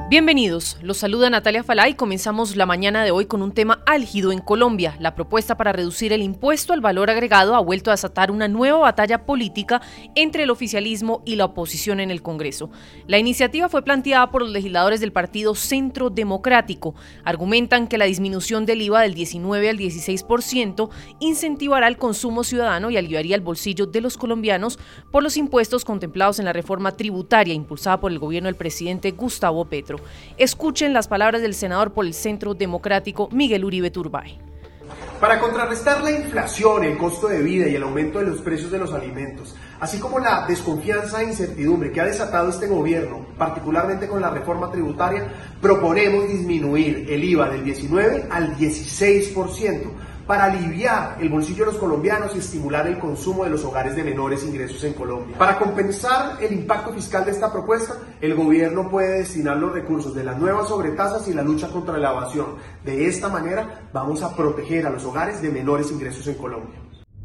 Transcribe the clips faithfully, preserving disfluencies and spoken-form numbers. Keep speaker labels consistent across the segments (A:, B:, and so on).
A: Bienvenidos, los saluda Natalia Falá y comenzamos la mañana de hoy con un tema álgido en Colombia. La propuesta para reducir el impuesto al valor agregado ha vuelto a desatar una nueva batalla política entre el oficialismo y la oposición en el Congreso. La iniciativa fue planteada por los legisladores del partido Centro Democrático. Argumentan que la disminución del I V A del diecinueve al dieciséis por ciento incentivará el consumo ciudadano y aliviaría el bolsillo de los colombianos por los impuestos contemplados en la reforma tributaria impulsada por el gobierno del presidente Gustavo Petro. Escuchen las palabras del senador por el Centro Democrático, Miguel Uribe Turbay.
B: Para contrarrestar la inflación, el costo de vida y el aumento de los precios de los alimentos, así como la desconfianza e incertidumbre que ha desatado este gobierno, particularmente con la reforma tributaria, proponemos disminuir el I V A del diecinueve al dieciséis por ciento para aliviar el bolsillo de los colombianos y estimular el consumo de los hogares de menores ingresos en Colombia. Para compensar el impacto fiscal de esta propuesta, el gobierno puede destinar los recursos de las nuevas sobretasas y la lucha contra la evasión. De esta manera, vamos a proteger a los hogares de menores ingresos en Colombia.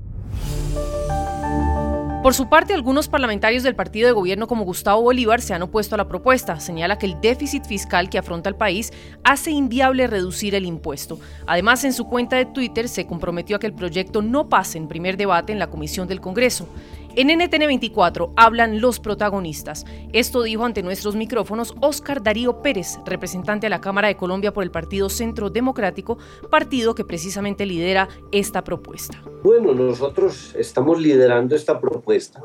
A: Por su parte, algunos parlamentarios del partido de gobierno como Gustavo Bolívar se han opuesto a la propuesta. Señala que el déficit fiscal que afronta el país hace inviable reducir el impuesto. Además, en su cuenta de Twitter se comprometió a que el proyecto no pase en primer debate en la Comisión del Congreso. En N T N veinticuatro hablan los protagonistas. Esto dijo ante nuestros micrófonos Óscar Darío Pérez, representante a la Cámara de Colombia por el partido Centro Democrático, partido que precisamente lidera esta propuesta.
C: Bueno, nosotros estamos liderando esta propuesta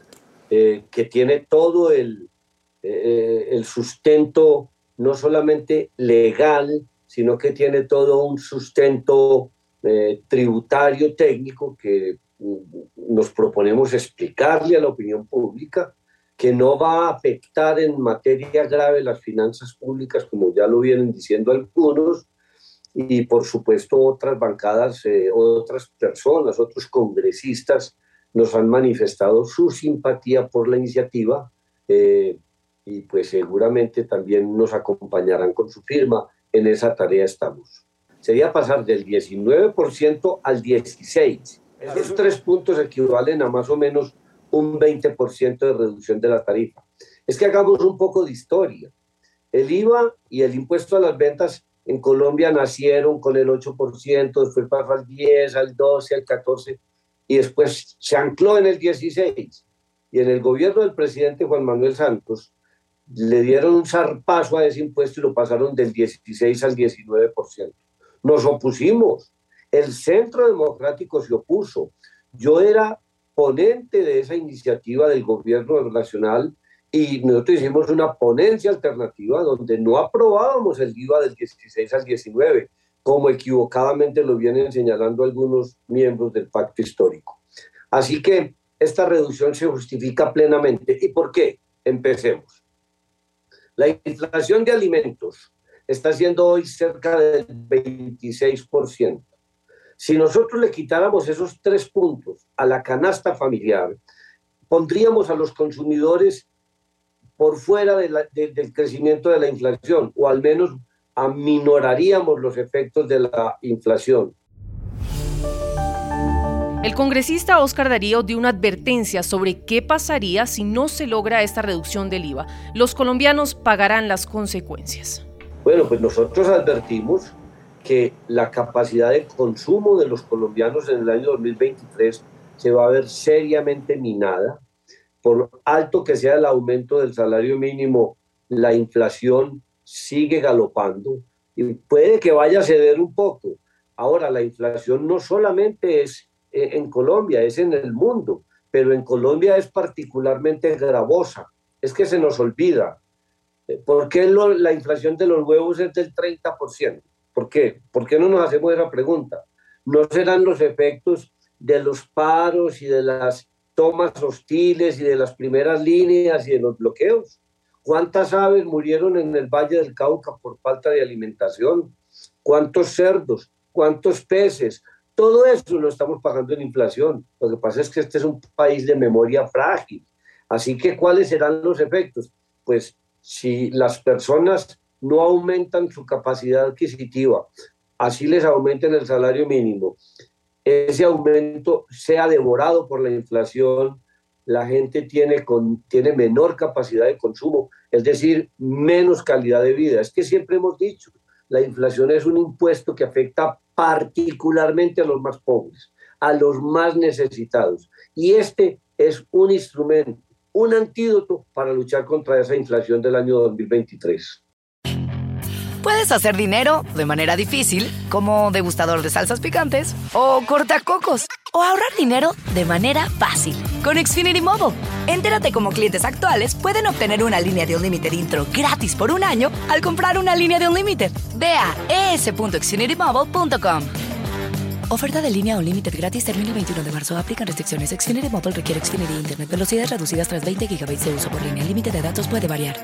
C: eh, que tiene todo el, eh, el sustento no solamente legal, sino que tiene todo un sustento eh, tributario técnico que nos proponemos explicarle a la opinión pública, que no va a afectar en materia grave las finanzas públicas, como ya lo vienen diciendo algunos, y por supuesto otras bancadas, eh, otras personas, otros congresistas nos han manifestado su simpatía por la iniciativa eh, y pues seguramente también nos acompañarán con su firma. En esa tarea estamos. Sería pasar del diecinueve por ciento al dieciséis por ciento. Esos tres puntos equivalen a más o menos un veinte por ciento de reducción de la tarifa. Es que hagamos un poco de historia. El I V A y el impuesto a las ventas en Colombia nacieron con el ocho por ciento, después pasó al diez, al doce, al catorce, y después se ancló en el dieciséis. Y en el gobierno del presidente Juan Manuel Santos le dieron un zarpazo a ese impuesto y lo pasaron del dieciséis al diecinueve por ciento. Nos opusimos. El Centro Democrático se opuso. Yo era ponente de esa iniciativa del gobierno nacional y nosotros hicimos una ponencia alternativa donde no aprobábamos el I V A del dieciséis al diecinueve, como equivocadamente lo vienen señalando algunos miembros del pacto histórico. Así que esta reducción se justifica plenamente. ¿Y por qué? Empecemos. La inflación de alimentos está siendo hoy cerca del veintiséis por ciento. Si nosotros le quitáramos esos tres puntos a la canasta familiar, pondríamos a los consumidores por fuera de la, de, del crecimiento de la inflación, o al menos aminoraríamos los efectos de la inflación.
A: El congresista Óscar Darío dio una advertencia sobre qué pasaría si no se logra esta reducción del I V A. Los colombianos pagarán las consecuencias.
C: Bueno, pues nosotros advertimos que la capacidad de consumo de los colombianos en el año dos mil veintitrés se va a ver seriamente minada. Por alto que sea el aumento del salario mínimo, la inflación sigue galopando y puede que vaya a ceder un poco. Ahora, la inflación no solamente es en Colombia, es en el mundo, pero en Colombia es particularmente gravosa. Es que se nos olvida. ¿Por qué lo, la inflación de los huevos es del treinta por ciento? ¿Por qué? ¿Por qué no nos hacemos esa pregunta? ¿No serán los efectos de los paros y de las tomas hostiles y de las primeras líneas y de los bloqueos? ¿Cuántas aves murieron en el Valle del Cauca por falta de alimentación? ¿Cuántos cerdos? ¿Cuántos peces? Todo eso lo estamos pagando en inflación. Lo que pasa es que este es un país de memoria frágil. Así que, ¿cuáles serán los efectos? Pues si las personas no aumentan su capacidad adquisitiva, así les aumenten el salario mínimo, ese aumento sea devorado por la inflación, la gente tiene, con, tiene menor capacidad de consumo, es decir, menos calidad de vida. Es que siempre hemos dicho, la inflación es un impuesto que afecta particularmente a los más pobres, a los más necesitados. Y este es un instrumento, un antídoto para luchar contra esa inflación del año dos mil veintitrés.
D: Puedes hacer dinero de manera difícil, como degustador de salsas picantes, o cortacocos, o ahorrar dinero de manera fácil con Xfinity Mobile. Entérate cómo clientes actuales pueden obtener una línea de Unlimited intro gratis por un año al comprar una línea de Unlimited. Ve a e s punto xfinity mobile punto com. Oferta de línea Unlimited gratis termina el veintiuno de marzo. Aplican restricciones. Xfinity Mobile requiere Xfinity Internet. Velocidades reducidas tras veinte gigabytes de uso por línea. El límite de datos puede variar.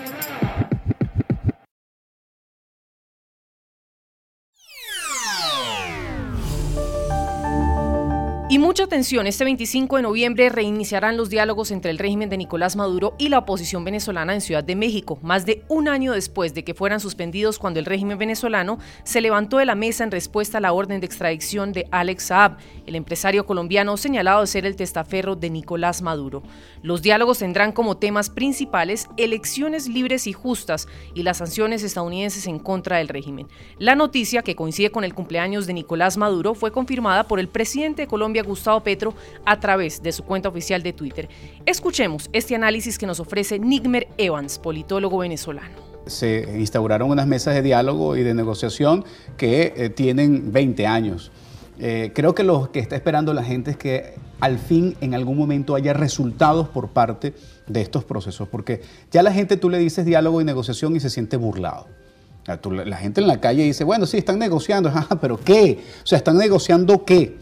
A: Y mucha atención, este veinticinco de noviembre reiniciarán los diálogos entre el régimen de Nicolás Maduro y la oposición venezolana en Ciudad de México, más de un año después de que fueran suspendidos cuando el régimen venezolano se levantó de la mesa en respuesta a la orden de extradición de Alex Saab, el empresario colombiano señalado de ser el testaferro de Nicolás Maduro. Los diálogos tendrán como temas principales elecciones libres y justas y las sanciones estadounidenses en contra del régimen. La noticia, que coincide con el cumpleaños de Nicolás Maduro, fue confirmada por el presidente de Colombia, Gustavo Petro, a través de su cuenta oficial de Twitter. Escuchemos este análisis que nos ofrece Nigmer Evans, politólogo venezolano.
E: Se instauraron unas mesas de diálogo y de negociación que eh, tienen veinte años. Eh, creo que lo que está esperando la gente es que al fin en algún momento haya resultados por parte de estos procesos, porque ya la gente, tú le dices diálogo y negociación y se siente burlado. La gente en la calle dice, bueno, sí, están negociando, ah, pero ¿qué? O sea, ¿están negociando qué?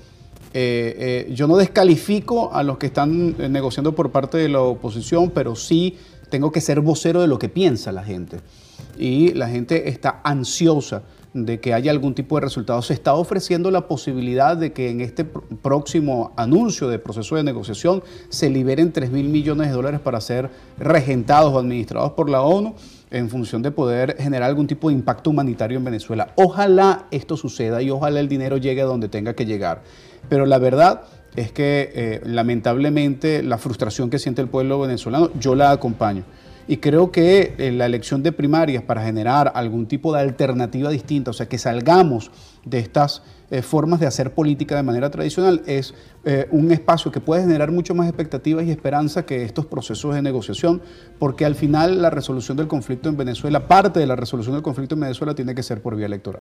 E: Eh, eh, yo no descalifico a los que están eh, negociando por parte de la oposición, pero sí tengo que ser vocero de lo que piensa la gente. Y la gente está ansiosa de que haya algún tipo de resultado. Se está ofreciendo la posibilidad de que en este pr- próximo anuncio de proceso de negociación se liberen tres mil millones de dólares para ser regentados o administrados por la ONU en función de poder generar algún tipo de impacto humanitario en Venezuela. Ojalá esto suceda y ojalá el dinero llegue a donde tenga que llegar. Pero la verdad es que eh, lamentablemente la frustración que siente el pueblo venezolano, yo la acompaño. Y creo que eh, la elección de primarias para generar algún tipo de alternativa distinta, o sea, que salgamos de estas eh, formas de hacer política de manera tradicional, es eh, un espacio que puede generar mucho más expectativas y esperanza que estos procesos de negociación, porque al final la resolución del conflicto en Venezuela, parte de la resolución del conflicto en Venezuela tiene que ser por vía electoral.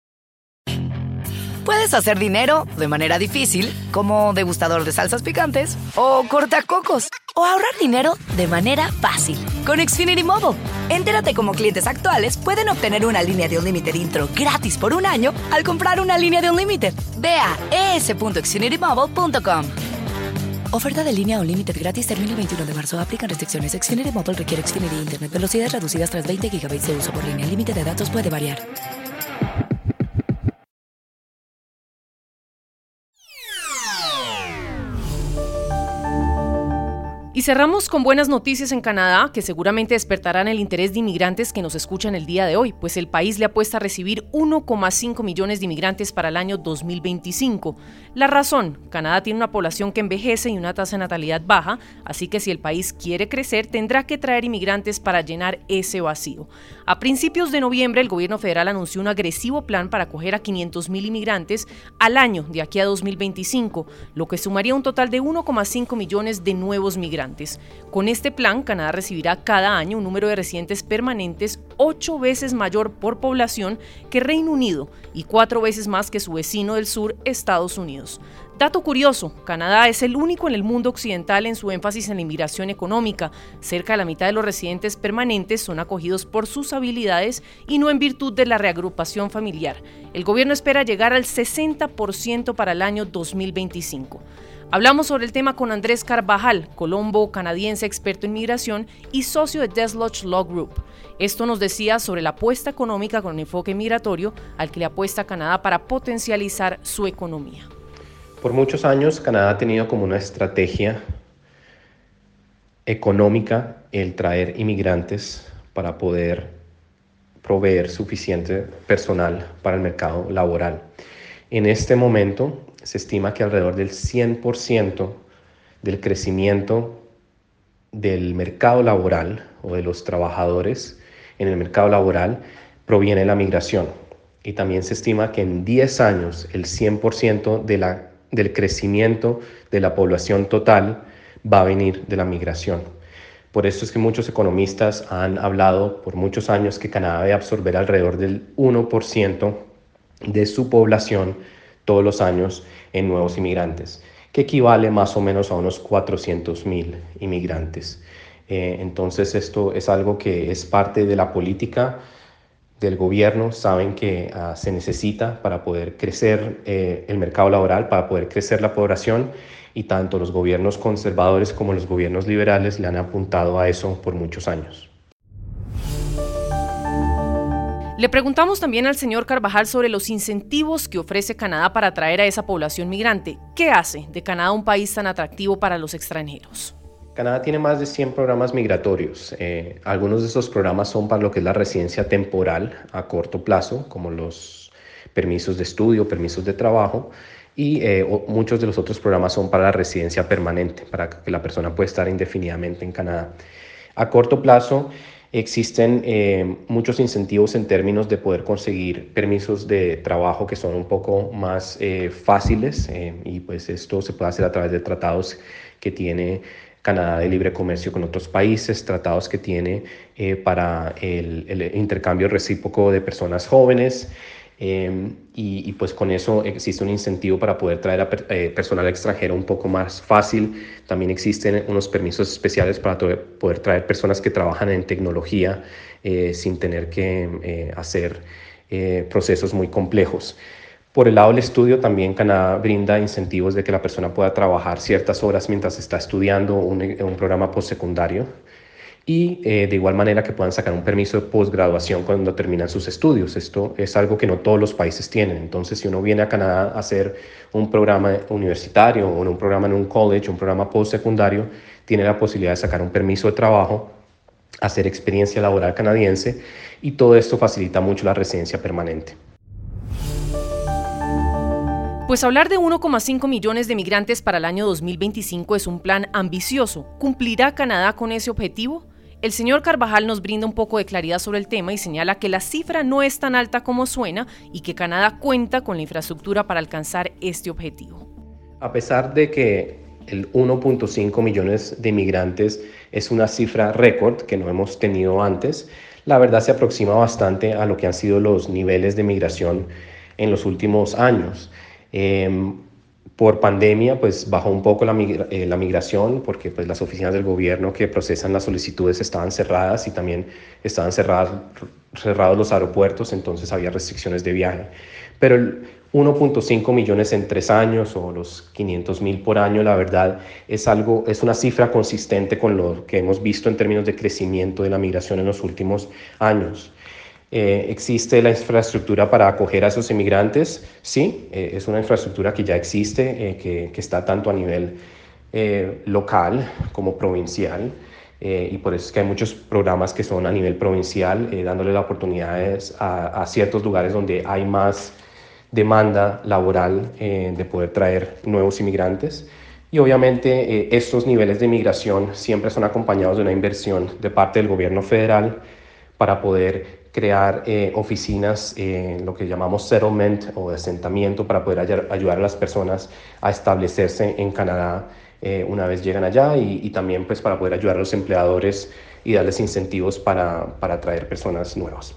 D: Puedes hacer dinero de manera difícil, como degustador de salsas picantes, o cortacocos, o ahorrar dinero de manera fácil con Xfinity Mobile. Entérate cómo clientes actuales pueden obtener una línea de Unlimited intro gratis por un año al comprar una línea de Unlimited. Ve a e s punto xfinity mobile punto com. Oferta de línea Unlimited gratis termina el veintiuno de marzo. Aplican restricciones. Xfinity Mobile requiere Xfinity Internet. Velocidades reducidas tras veinte gigabytes de uso por línea. El límite de datos puede variar.
A: Y cerramos con buenas noticias en Canadá, que seguramente despertarán el interés de inmigrantes que nos escuchan el día de hoy, pues el país le apuesta a recibir uno coma cinco millones de inmigrantes para el año dos mil veinticinco. La razón: Canadá tiene una población que envejece y una tasa de natalidad baja, así que si el país quiere crecer, tendrá que traer inmigrantes para llenar ese vacío. A principios de noviembre, el gobierno federal anunció un agresivo plan para acoger a quinientos mil inmigrantes al año de aquí a dos mil veinticinco, lo que sumaría un total de uno coma cinco millones de nuevos migrantes. Con este plan, Canadá recibirá cada año un número de residentes permanentes ocho veces mayor por población que Reino Unido y cuatro veces más que su vecino del sur, Estados Unidos. Dato curioso: Canadá es el único en el mundo occidental en su énfasis en la inmigración económica. Cerca de la mitad de los residentes permanentes son acogidos por sus habilidades y no en virtud de la reagrupación familiar. El gobierno espera llegar al sesenta por ciento para el año dos mil veinticinco. Hablamos sobre el tema con Andrés Carvajal, colombo-canadiense experto en migración y socio de Deslodge Law Group. Esto nos decía sobre la apuesta económica con enfoque migratorio al que le apuesta Canadá para potencializar su economía.
F: Por muchos años, Canadá ha tenido como una estrategia económica el traer inmigrantes para poder proveer suficiente personal para el mercado laboral. En este momento, se estima que alrededor del cien por ciento del crecimiento del mercado laboral o de los trabajadores en el mercado laboral proviene de la migración. Y también se estima que en diez años el cien por ciento de la, del crecimiento de la población total va a venir de la migración. Por eso es que muchos economistas han hablado por muchos años que Canadá debe absorber alrededor del uno por ciento de su población todos los años en nuevos inmigrantes, que equivale más o menos a unos cuatrocientos mil inmigrantes. Eh, entonces esto es algo que es parte de la política del gobierno. Saben que uh, se necesita para poder crecer eh, el mercado laboral, para poder crecer la población, y tanto los gobiernos conservadores como los gobiernos liberales le han apuntado a eso por muchos años.
A: Le preguntamos también al señor Carvajal sobre los incentivos que ofrece Canadá para atraer a esa población migrante. ¿Qué hace de Canadá un país tan atractivo para los extranjeros?
F: Canadá tiene más de cien programas migratorios. Eh, algunos de esos programas son para lo que es la residencia temporal a corto plazo, como los permisos de estudio, permisos de trabajo, y eh, o, muchos de los otros programas son para la residencia permanente, para que la persona pueda estar indefinidamente en Canadá. A corto plazo existen eh, muchos incentivos en términos de poder conseguir permisos de trabajo que son un poco más eh, fáciles, eh, y pues esto se puede hacer a través de tratados que tiene Canadá de libre comercio con otros países, tratados que tiene eh, para el, el intercambio recíproco de personas jóvenes, eh, y, y pues con eso existe un incentivo para poder traer a per, eh, personal extranjero un poco más fácil. También existen unos permisos especiales para poder traer personas que trabajan en tecnología eh, sin tener que eh, hacer eh, procesos muy complejos. Por el lado del estudio, también Canadá brinda incentivos de que la persona pueda trabajar ciertas horas mientras está estudiando un, un programa postsecundario, y eh, de igual manera que puedan sacar un permiso de posgraduación cuando terminan sus estudios. Esto es algo que no todos los países tienen. Entonces, si uno viene a Canadá a hacer un programa universitario o un programa en un college, un programa postsecundario, tiene la posibilidad de sacar un permiso de trabajo, hacer experiencia laboral canadiense, y todo esto facilita mucho la residencia permanente.
A: Pues hablar de uno coma cinco millones de migrantes para el año dos mil veinticinco es un plan ambicioso. ¿Cumplirá Canadá con ese objetivo? El señor Carvajal nos brinda un poco de claridad sobre el tema y señala que la cifra no es tan alta como suena y que Canadá cuenta con la infraestructura para alcanzar este objetivo.
F: A pesar de que el uno punto cinco millones de migrantes es una cifra récord que no hemos tenido antes, la verdad se aproxima bastante a lo que han sido los niveles de migración en los últimos años. Eh, por pandemia pues bajó un poco la, migra- eh, la migración porque pues las oficinas del gobierno que procesan las solicitudes estaban cerradas, y también estaban cerradas, cerrados los aeropuertos, entonces había restricciones de viaje. Pero el uno punto cinco millones en tres años o los quinientos mil por año, la verdad es algo, es una cifra consistente con lo que hemos visto en términos de crecimiento de la migración en los últimos años. Eh, ¿Existe la infraestructura para acoger a esos inmigrantes? Sí, eh, es una infraestructura que ya existe, eh, que, que está tanto a nivel eh, local como provincial, eh, y por eso es que hay muchos programas que son a nivel provincial, eh, dándole las oportunidades a, a ciertos lugares donde hay más demanda laboral eh, de poder traer nuevos inmigrantes. Y obviamente eh, estos niveles de migración siempre son acompañados de una inversión de parte del gobierno federal para poder crear eh, oficinas, eh, lo que llamamos settlement o asentamiento, para poder ay- ayudar a las personas a establecerse en Canadá eh, una vez llegan allá, y, y también pues para poder ayudar a los empleadores y darles incentivos para, para atraer personas nuevas.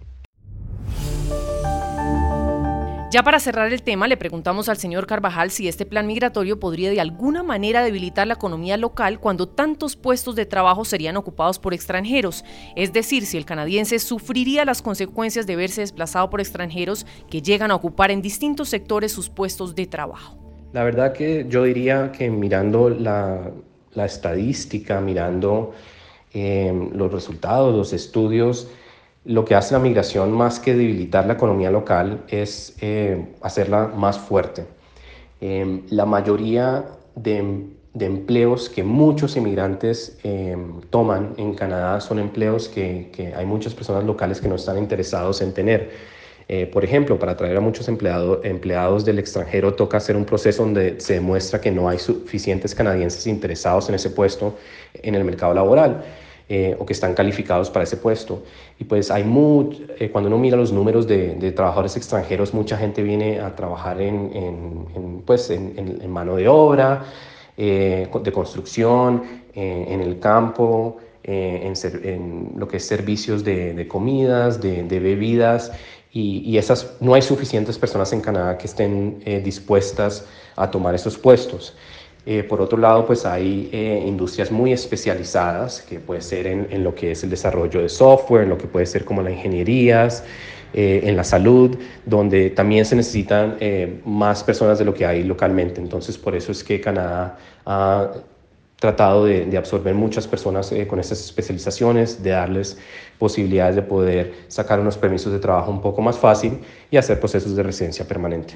A: Ya para cerrar el tema, le preguntamos al señor Carvajal si este plan migratorio podría de alguna manera debilitar la economía local cuando tantos puestos de trabajo serían ocupados por extranjeros. Es decir, si el canadiense sufriría las consecuencias de verse desplazado por extranjeros que llegan a ocupar en distintos sectores sus puestos de trabajo.
F: La verdad que yo diría que mirando la, la estadística, mirando eh, los resultados, los estudios, lo que hace la migración más que debilitar la economía local es eh, hacerla más fuerte. Eh, la mayoría de, de empleos que muchos inmigrantes eh, toman en Canadá son empleos que, que hay muchas personas locales que no están interesados en tener. Eh, por ejemplo, para atraer a muchos empleado, empleados del extranjero toca hacer un proceso donde se demuestra que no hay suficientes canadienses interesados en ese puesto en el mercado laboral. Eh, o que están calificados para ese puesto. Y pues hay much, eh, cuando uno mira los números de, de trabajadores extranjeros, mucha gente viene a trabajar en, en, en, pues en, en, en mano de obra, eh, de construcción, eh, en el campo, eh, en, ser, en lo que es servicios de, de comidas, de, de bebidas, y, y esas, no hay suficientes personas en Canadá que estén eh, dispuestas a tomar esos puestos. Eh, por otro lado, pues hay eh, industrias muy especializadas, que puede ser en, en lo que es el desarrollo de software, en lo que puede ser como las ingenierías, eh, en la salud, donde también se necesitan eh, más personas de lo que hay localmente. Entonces, por eso es que Canadá ha tratado de, de absorber muchas personas eh, con estas especializaciones, de darles posibilidades de poder sacar unos permisos de trabajo un poco más fácil y hacer procesos de residencia permanente.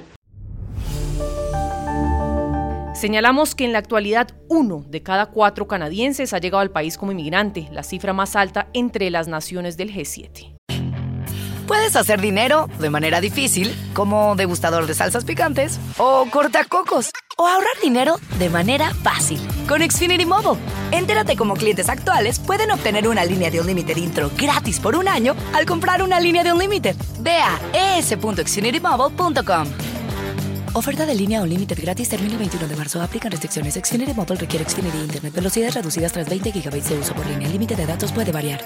A: Señalamos que en la actualidad uno de cada cuatro canadienses ha llegado al país como inmigrante, la cifra más alta entre las naciones del G siete.
D: Puedes hacer dinero de manera difícil, como degustador de salsas picantes, o cortacocos, o ahorrar dinero de manera fácil con Xfinity Mobile. Entérate cómo clientes actuales pueden obtener una línea de Unlimited intro gratis por un año al comprar una línea de Unlimited. Ve a e s punto xfinity mobile punto com. Oferta de línea Unlimited gratis termina el veintiuno de marzo. Aplican restricciones. Xfinity Mobile requiere Xfinity Internet. Velocidades reducidas tras veinte gigabytes de uso por línea. El límite de datos puede variar.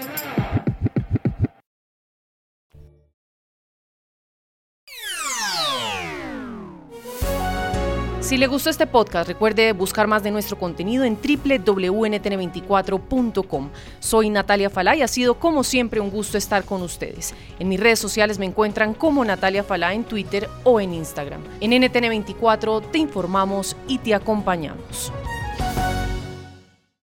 A: Si le gustó este podcast, recuerde buscar más de nuestro contenido en doble u doble u doble u punto ene te ene veinticuatro punto com. Soy Natalia Falá y ha sido como siempre un gusto estar con ustedes. En mis redes sociales me encuentran como Natalia Falá en Twitter o en Instagram. En ene te ene veinticuatro te informamos y te acompañamos.